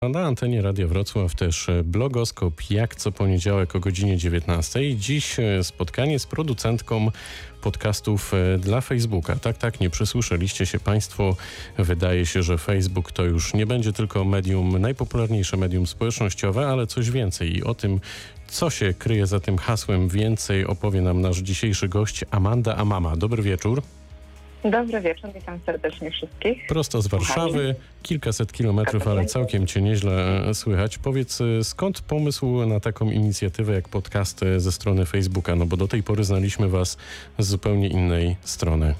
Na antenie Radia Wrocław też blogoskop, jak co poniedziałek o godzinie 19. Dziś spotkanie z producentką podcastów dla Facebooka. Tak, nie przysłyszeliście się Państwo. Wydaje się, że Facebook to już nie będzie tylko najpopularniejsze medium społecznościowe, ale coś więcej. I o tym, co się kryje za tym hasłem więcej, opowie nam nasz dzisiejszy gość Amanda Amama. Dobry wieczór. Dobry wieczór, witam serdecznie wszystkich. Prosto z Warszawy, kilkaset kilometrów, ale całkiem Cię nieźle słychać. Powiedz, skąd pomysł na taką inicjatywę jak podcast ze strony Facebooka? No bo do tej pory znaliśmy Was z zupełnie innej strony.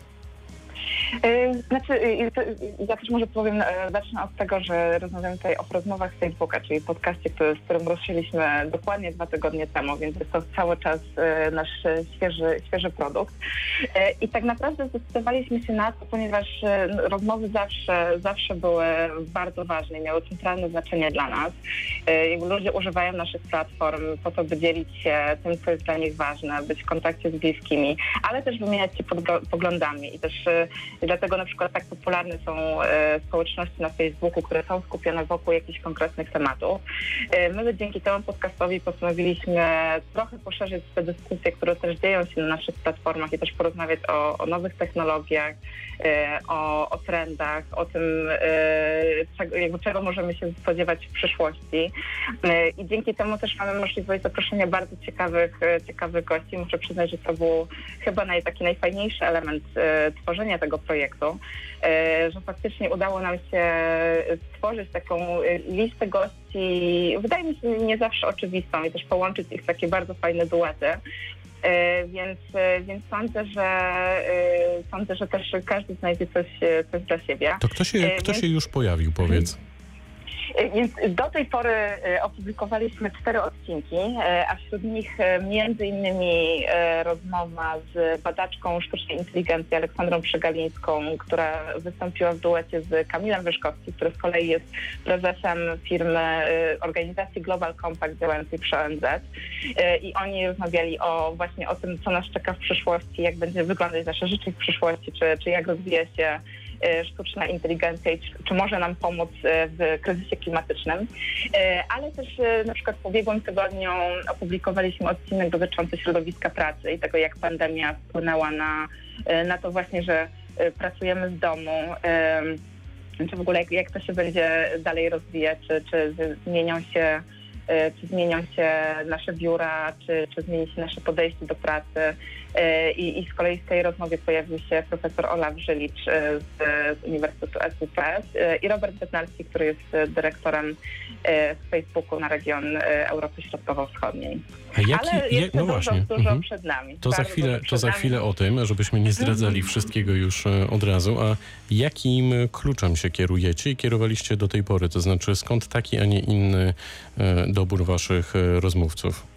Ja też może powiem, zacznę od tego, że rozmawiamy tutaj o rozmowach z Facebooka, czyli podcaście, z którym ruszyliśmy dokładnie 2 tygodnie temu, więc jest to cały czas nasz świeży produkt. I tak naprawdę zdecydowaliśmy się na to, ponieważ rozmowy zawsze były bardzo ważne i miały centralne znaczenie dla nas. Ludzie używają naszych platform po to, by dzielić się tym, co jest dla nich ważne, być w kontakcie z bliskimi, ale też wymieniać się poglądami i też dlatego na przykład tak popularne są społeczności na Facebooku, które są skupione wokół jakichś konkretnych tematów. My dzięki temu podcastowi postanowiliśmy trochę poszerzyć te dyskusje, które też dzieją się na naszych platformach i też porozmawiać o nowych technologiach, o trendach, o tym, czego możemy się spodziewać w przyszłości. I dzięki temu też mamy możliwość zaproszenia bardzo ciekawych gości. Muszę przyznać, że to był chyba taki najfajniejszy element tworzenia tego projektu, że faktycznie udało nam się stworzyć taką listę gości, wydaje mi się nie zawsze oczywistą i też połączyć ich w takie bardzo fajne duety. Więc sądzę, że też każdy znajdzie coś dla siebie. To kto się już pojawił, powiedz? Więc do tej pory opublikowaliśmy 4 odcinki, a wśród nich między innymi rozmowa z badaczką sztucznej inteligencji Aleksandrą Przegalińską, która wystąpiła w duecie z Kamilem Wyszkowskim, który z kolei jest prezesem firmy organizacji Global Compact działającej przy ONZ. I oni rozmawiali właśnie o tym, co nas czeka w przyszłości, jak będzie wyglądać nasze życie w przyszłości, czy jak rozwija się sztuczna inteligencja i czy może nam pomóc w kryzysie klimatycznym. Ale też na przykład w ubiegłym tygodniu opublikowaliśmy odcinek dotyczący środowiska pracy i tego, jak pandemia wpłynęła na to właśnie, że pracujemy z domu, czy w ogóle jak to się będzie dalej rozwijać, czy zmienią się nasze biura, czy zmieni się nasze podejście do pracy. I z kolei w tej rozmowie pojawił się profesor Olaf Żylicz z Uniwersytetu SWPS i Robert Bednarski, który jest dyrektorem w Facebooku na region Europy Środkowo-Wschodniej. Ale jest dużo przed nami. To za chwilę o tym, żebyśmy nie zdradzali wszystkiego już od razu. A jakim kluczem się kierujecie i kierowaliście do tej pory? To znaczy skąd taki, a nie inny dobór waszych rozmówców?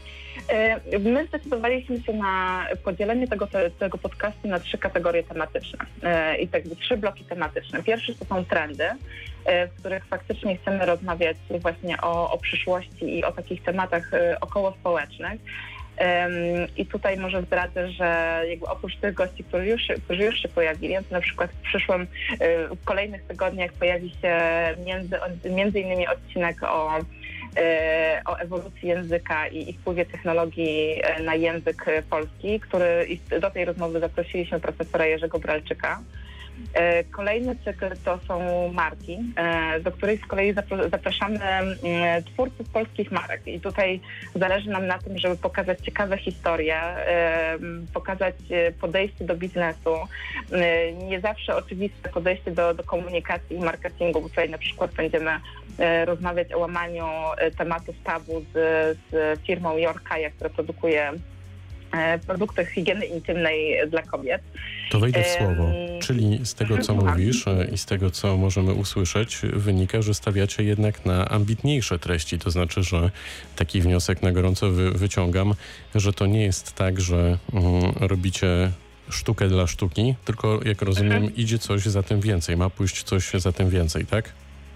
My zdecydowaliśmy się na podzielenie tego podcastu na 3 kategorie tematyczne i tak 3 bloki tematyczne. Pierwszy to są trendy, w których faktycznie chcemy rozmawiać właśnie o przyszłości i o takich tematach okołospołecznych. I tutaj może zdradzę, że oprócz tych gości, którzy już się pojawili, to na przykład w kolejnych tygodniach pojawi się między innymi odcinek o ewolucji języka i wpływie technologii na język polski, do tej rozmowy zaprosiliśmy profesora Jerzego Bralczyka. Kolejny cykl to są marki, do których z kolei zapraszamy twórców polskich marek. I tutaj zależy nam na tym, żeby pokazać ciekawe historie, pokazać podejście do biznesu, nie zawsze oczywiste podejście do komunikacji i marketingu, bo tutaj na przykład będziemy rozmawiać o łamaniu tematów tabu z firmą Yorkaya, która produkuje produkty higieny intymnej dla kobiet. To wejdę w słowo. Czyli z tego, co mówisz i z tego, co możemy usłyszeć, wynika, że stawiacie jednak na ambitniejsze treści. To znaczy, że taki wniosek na gorąco wyciągam, że to nie jest tak, że robicie sztukę dla sztuki, tylko jak rozumiem, idzie coś za tym więcej. Ma pójść coś za tym więcej, tak?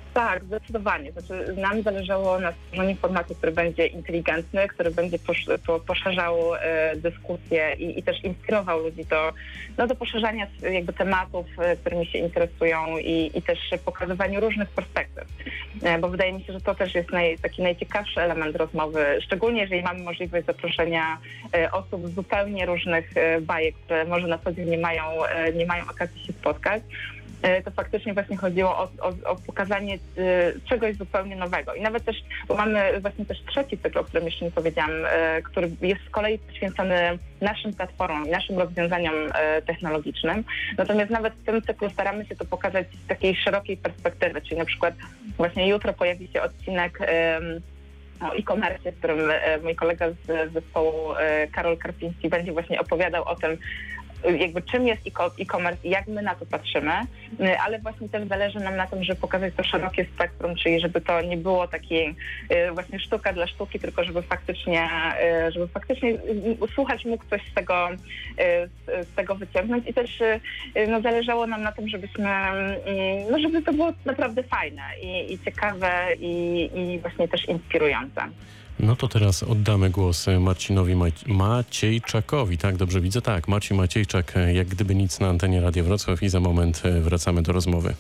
Tak, zdecydowanie. Znaczy, nam zależało na stworzeniu formatu, który będzie inteligentny, który będzie poszerzał dyskusję i też inspirował ludzi do poszerzania jakby tematów, którymi się interesują i też pokazywania różnych perspektyw. Bo wydaje mi się, że to też jest taki najciekawszy element rozmowy, szczególnie jeżeli mamy możliwość zaproszenia osób z zupełnie różnych bajek, które może na co dzień nie mają okazji się spotkać. To faktycznie właśnie chodziło o pokazanie czegoś zupełnie nowego. I nawet też, bo mamy właśnie też trzeci cykl, o którym jeszcze nie powiedziałam, który jest z kolei poświęcony naszym platformom i naszym rozwiązaniom technologicznym. Natomiast nawet w tym cyklu staramy się to pokazać z takiej szerokiej perspektywy, czyli na przykład właśnie jutro pojawi się odcinek o e-commerce, w którym mój kolega z zespołu Karol Karpiński będzie właśnie opowiadał o tym, jakby czym jest e-commerce i jak my na to patrzymy, ale właśnie też zależy nam na tym, żeby pokazać to szerokie spektrum, czyli żeby to nie było takiej właśnie sztuka dla sztuki, tylko żeby faktycznie słuchać mógł coś z tego wyciągnąć i też zależało nam na tym, żeby to było naprawdę fajne i ciekawe i właśnie też inspirujące. No to teraz oddamy głos Marcinowi Maciejczakowi. Tak, dobrze widzę? Tak, Marcin Maciejczak, jak gdyby nic na antenie Radia Wrocław i za moment wracamy do rozmowy.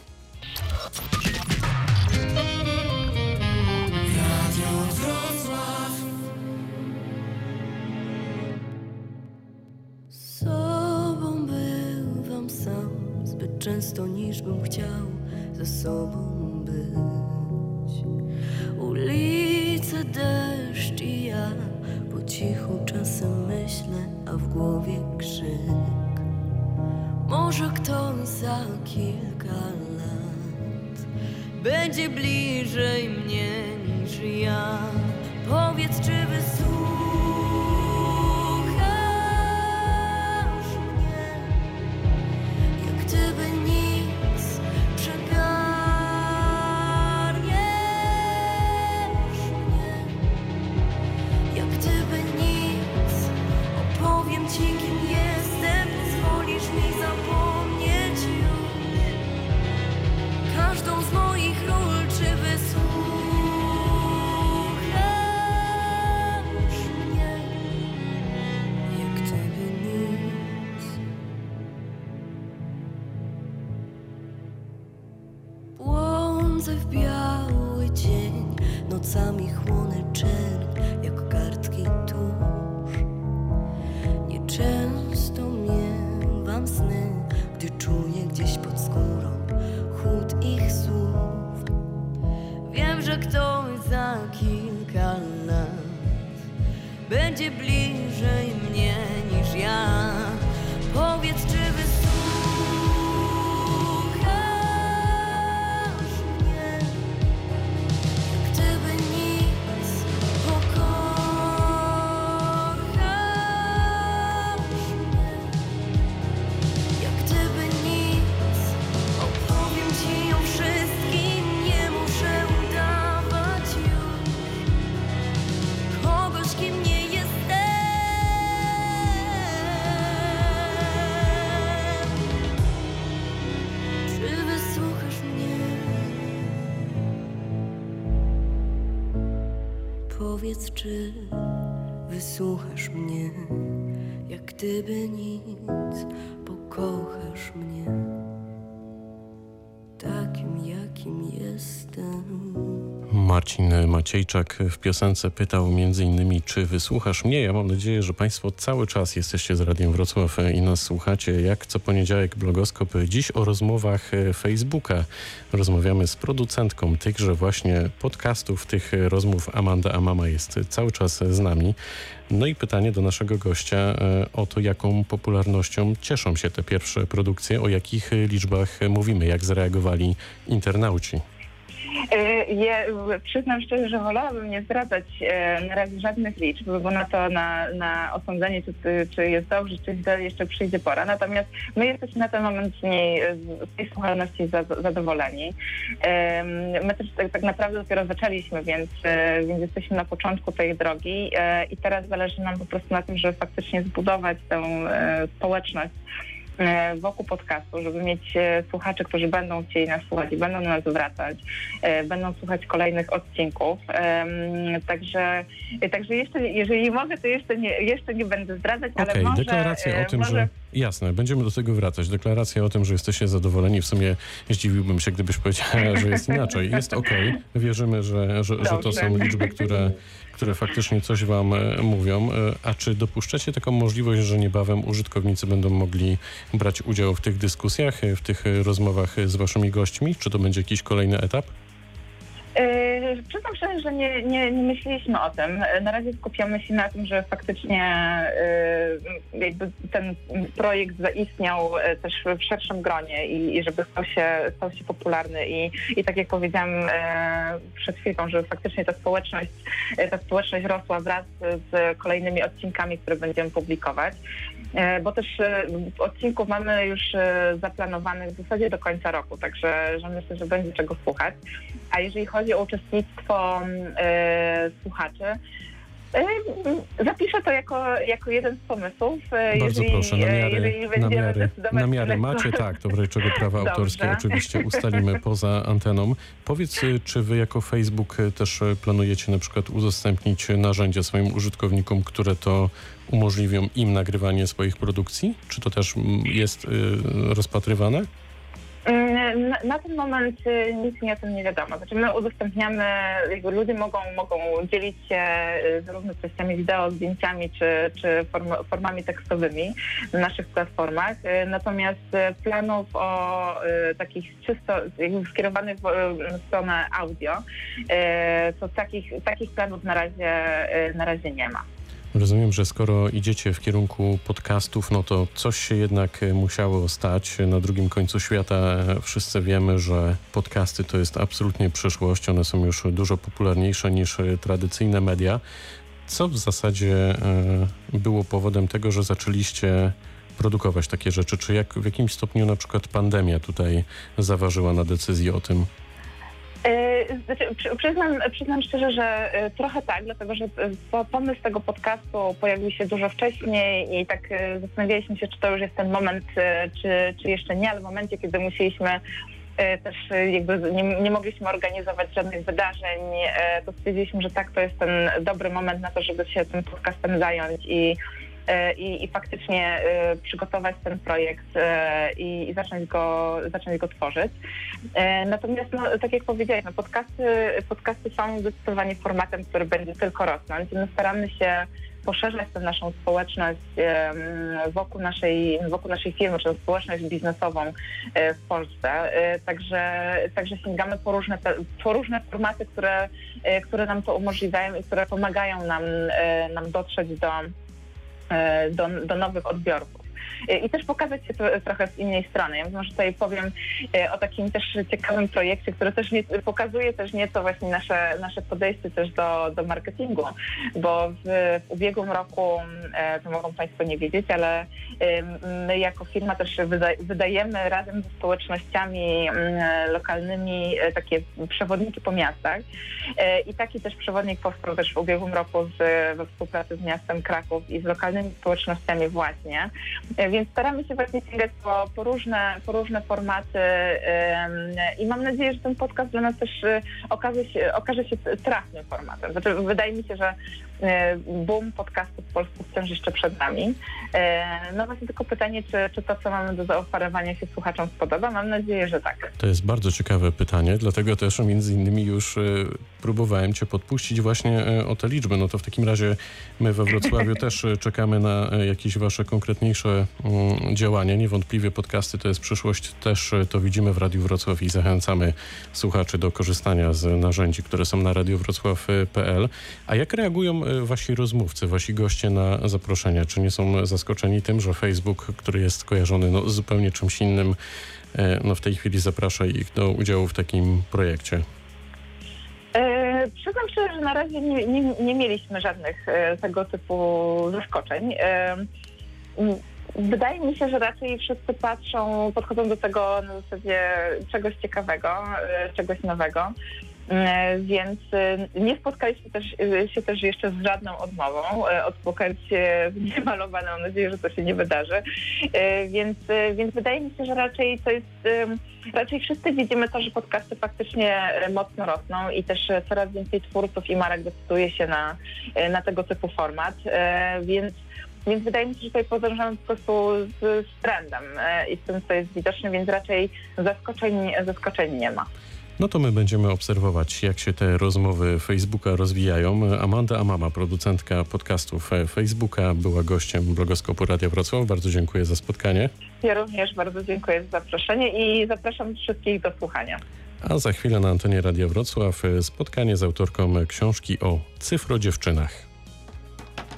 Radio Wrocław. Sobą bywam sam zbyt często niż bym chciał ze sobą być. Ulice, deszcz i ja po cichu czasem myślę, a w głowie krzyk. Może ktoś za kilka lat będzie bliżej mnie niż ja. Powiedz, czy wysłuchasz mnie, jak gdyby nic ci, kim jestem, pozwolisz mi zapomnieć już każdą z moich ról. Czy wysłuchasz mnie, jak gdyby nic? Błądzę w biały dzień, nocami chłonę czerń, jak kartki tusz. Często miewam sny, gdy czuję gdzieś pod skórą chłód ich słów. Wiem, że ktoś za kilka lat będzie bliżej mnie niż ja. Powiedz, czy wysłuchasz mnie, jak gdyby nic, powiedz, czy wysłuchasz mnie, jak gdyby nic, pokochasz mnie takim, jakim jestem. Marcin Maciejczak w piosence pytał m.in. czy wysłuchasz mnie? Ja mam nadzieję, że Państwo cały czas jesteście z Radiem Wrocław i nas słuchacie. Jak co poniedziałek blogoskop. Dziś o rozmowach Facebooka. Rozmawiamy z producentką tychże właśnie podcastów, tych rozmów. Amanda Amama jest cały czas z nami. No i pytanie do naszego gościa o to, jaką popularnością cieszą się te pierwsze produkcje, o jakich liczbach mówimy, jak zareagowali internauci. Przyznam szczerze, że wolałabym nie zdradzać na razie żadnych liczb, bo na to na osądzenie, czy jest dobrze, czy źle, jeszcze przyjdzie pora. Natomiast my jesteśmy na ten moment z tej słuchalności zadowoleni. My też tak naprawdę dopiero zaczęliśmy, więc jesteśmy na początku tej drogi i teraz zależy nam po prostu na tym, żeby faktycznie zbudować tę społeczność wokół podcastu, żeby mieć słuchaczy, którzy będą chcieli nas słuchać i będą do nas wracać, będą słuchać kolejnych odcinków. Także jeszcze, jeżeli mogę, to jeszcze nie będę zdradzać, ale może... Deklaracja o tym, że... Jasne, będziemy do tego wracać. Deklaracja o tym, że jesteście zadowoleni. W sumie zdziwiłbym się, gdybyś powiedziała, że jest inaczej. Jest okej. Wierzymy, że to są liczby, które faktycznie coś wam mówią. A czy dopuszczacie taką możliwość, że niebawem użytkownicy będą mogli brać udział w tych dyskusjach, w tych rozmowach z waszymi gośćmi? Czy to będzie jakiś kolejny etap? Przyznam szczerze, że nie myśleliśmy o tym. Na razie skupiamy się na tym, że faktycznie jakby ten projekt zaistniał też w szerszym gronie i żeby stał się popularny i tak jak powiedziałam przed chwilką, że faktycznie ta społeczność rosła wraz z kolejnymi odcinkami, które będziemy publikować. Bo też odcinków mamy już zaplanowanych w zasadzie do końca roku, także że myślę, że będzie czego słuchać. A jeżeli chodzi o uczestnictwo słuchaczy, zapiszę to jako jeden z pomysłów. Bardzo proszę, namiary macie, tak, to w razie czego prawa autorskie oczywiście ustalimy poza anteną. Powiedz, czy wy jako Facebook też planujecie na przykład udostępnić narzędzia swoim użytkownikom, które to umożliwią im nagrywanie swoich produkcji? Czy to też jest rozpatrywane? Na ten moment nic mi o tym nie wiadomo. Znaczy my udostępniamy, jakby ludzie mogą dzielić się zarówno treściami wideo, zdjęciami czy formami tekstowymi na naszych platformach. Natomiast planów o takich czysto jakby skierowanych w stronę audio, to takich planów na razie nie ma. Rozumiem, że skoro idziecie w kierunku podcastów, no to coś się jednak musiało stać. Na drugim końcu świata wszyscy wiemy, że podcasty to jest absolutnie przyszłość. One są już dużo popularniejsze niż tradycyjne media. Co w zasadzie było powodem tego, że zaczęliście produkować takie rzeczy? Czy w jakimś stopniu na przykład pandemia tutaj zaważyła na decyzji o tym? Przyznam szczerze, że trochę tak, dlatego że pomysł tego podcastu pojawił się dużo wcześniej i tak zastanawialiśmy się, czy to już jest ten moment, czy jeszcze nie, ale w momencie, kiedy musieliśmy też jakby nie mogliśmy organizować żadnych wydarzeń, to stwierdziliśmy, że tak, to jest ten dobry moment na to, żeby się tym podcastem zająć i faktycznie przygotować ten projekt i zacząć go tworzyć. Natomiast, tak jak powiedziałeś, podcasty są zdecydowanie formatem, który będzie tylko rosnąć. My staramy się poszerzać tę naszą społeczność wokół naszej firmy, czy społeczność biznesową w Polsce. Także sięgamy po różne formaty, które nam to umożliwiają i które pomagają nam dotrzeć do nowych odbiorców. I też pokazać się to trochę z innej strony. Ja może tutaj powiem o takim też ciekawym projekcie, który też pokazuje też nieco właśnie nasze podejście też do marketingu, bo w ubiegłym roku, to mogą Państwo nie wiedzieć, ale my jako firma też wydajemy razem ze społecznościami lokalnymi takie przewodniki po miastach i taki też przewodnik powstał też w ubiegłym roku we współpracy z miastem Kraków i z lokalnymi społecznościami właśnie. Więc staramy się właśnie sięgać po różne formaty i mam nadzieję, że ten podcast dla nas też okaże się trafnym formatem. Znaczy, wydaje mi się, że boom podcastów w Polsce wciąż jeszcze przed nami. No właśnie tylko pytanie, czy to, co mamy do zaoferowania się słuchaczom spodoba? Mam nadzieję, że tak. To jest bardzo ciekawe pytanie, dlatego też między innymi już próbowałem Cię podpuścić właśnie o te liczby. No to w takim razie my we Wrocławiu też czekamy na jakieś Wasze konkretniejsze działania. Niewątpliwie podcasty to jest przyszłość. Też to widzimy w Radiu Wrocław i zachęcamy słuchaczy do korzystania z narzędzi, które są na radiowrocław.pl. A jak reagują Wasi rozmówcy, Wasi goście na zaproszenia? Czy nie są zaskoczeni tym, że Facebook, który jest kojarzony z zupełnie czymś innym, w tej chwili zaprasza ich do udziału w takim projekcie? Przyznam szczerze, że na razie nie mieliśmy żadnych tego typu zaskoczeń. Wydaje mi się, że raczej wszyscy podchodzą do tego na zasadzie czegoś ciekawego, czegoś nowego. Więc nie spotkaliśmy się też jeszcze z żadną odmową od Spotkaliście w niemalowane. Mam nadzieję, że to się nie wydarzy. Więc wydaje mi się, że raczej to jest... Raczej wszyscy widzimy to, że podcasty faktycznie mocno rosną i też coraz więcej twórców i marek decyduje się na tego typu format. Więc wydaje mi się, że tutaj podążamy po prostu z trendem i z tym, co jest widoczne, więc raczej zaskoczeń nie ma. No to my będziemy obserwować, jak się te rozmowy Facebooka rozwijają. Amanda Amama, producentka podcastów Facebooka, była gościem blogoskopu Radia Wrocław. Bardzo dziękuję za spotkanie. Ja również bardzo dziękuję za zaproszenie i zapraszam wszystkich do słuchania. A za chwilę na antenie Radia Wrocław spotkanie z autorką książki o cyfrodziewczynach.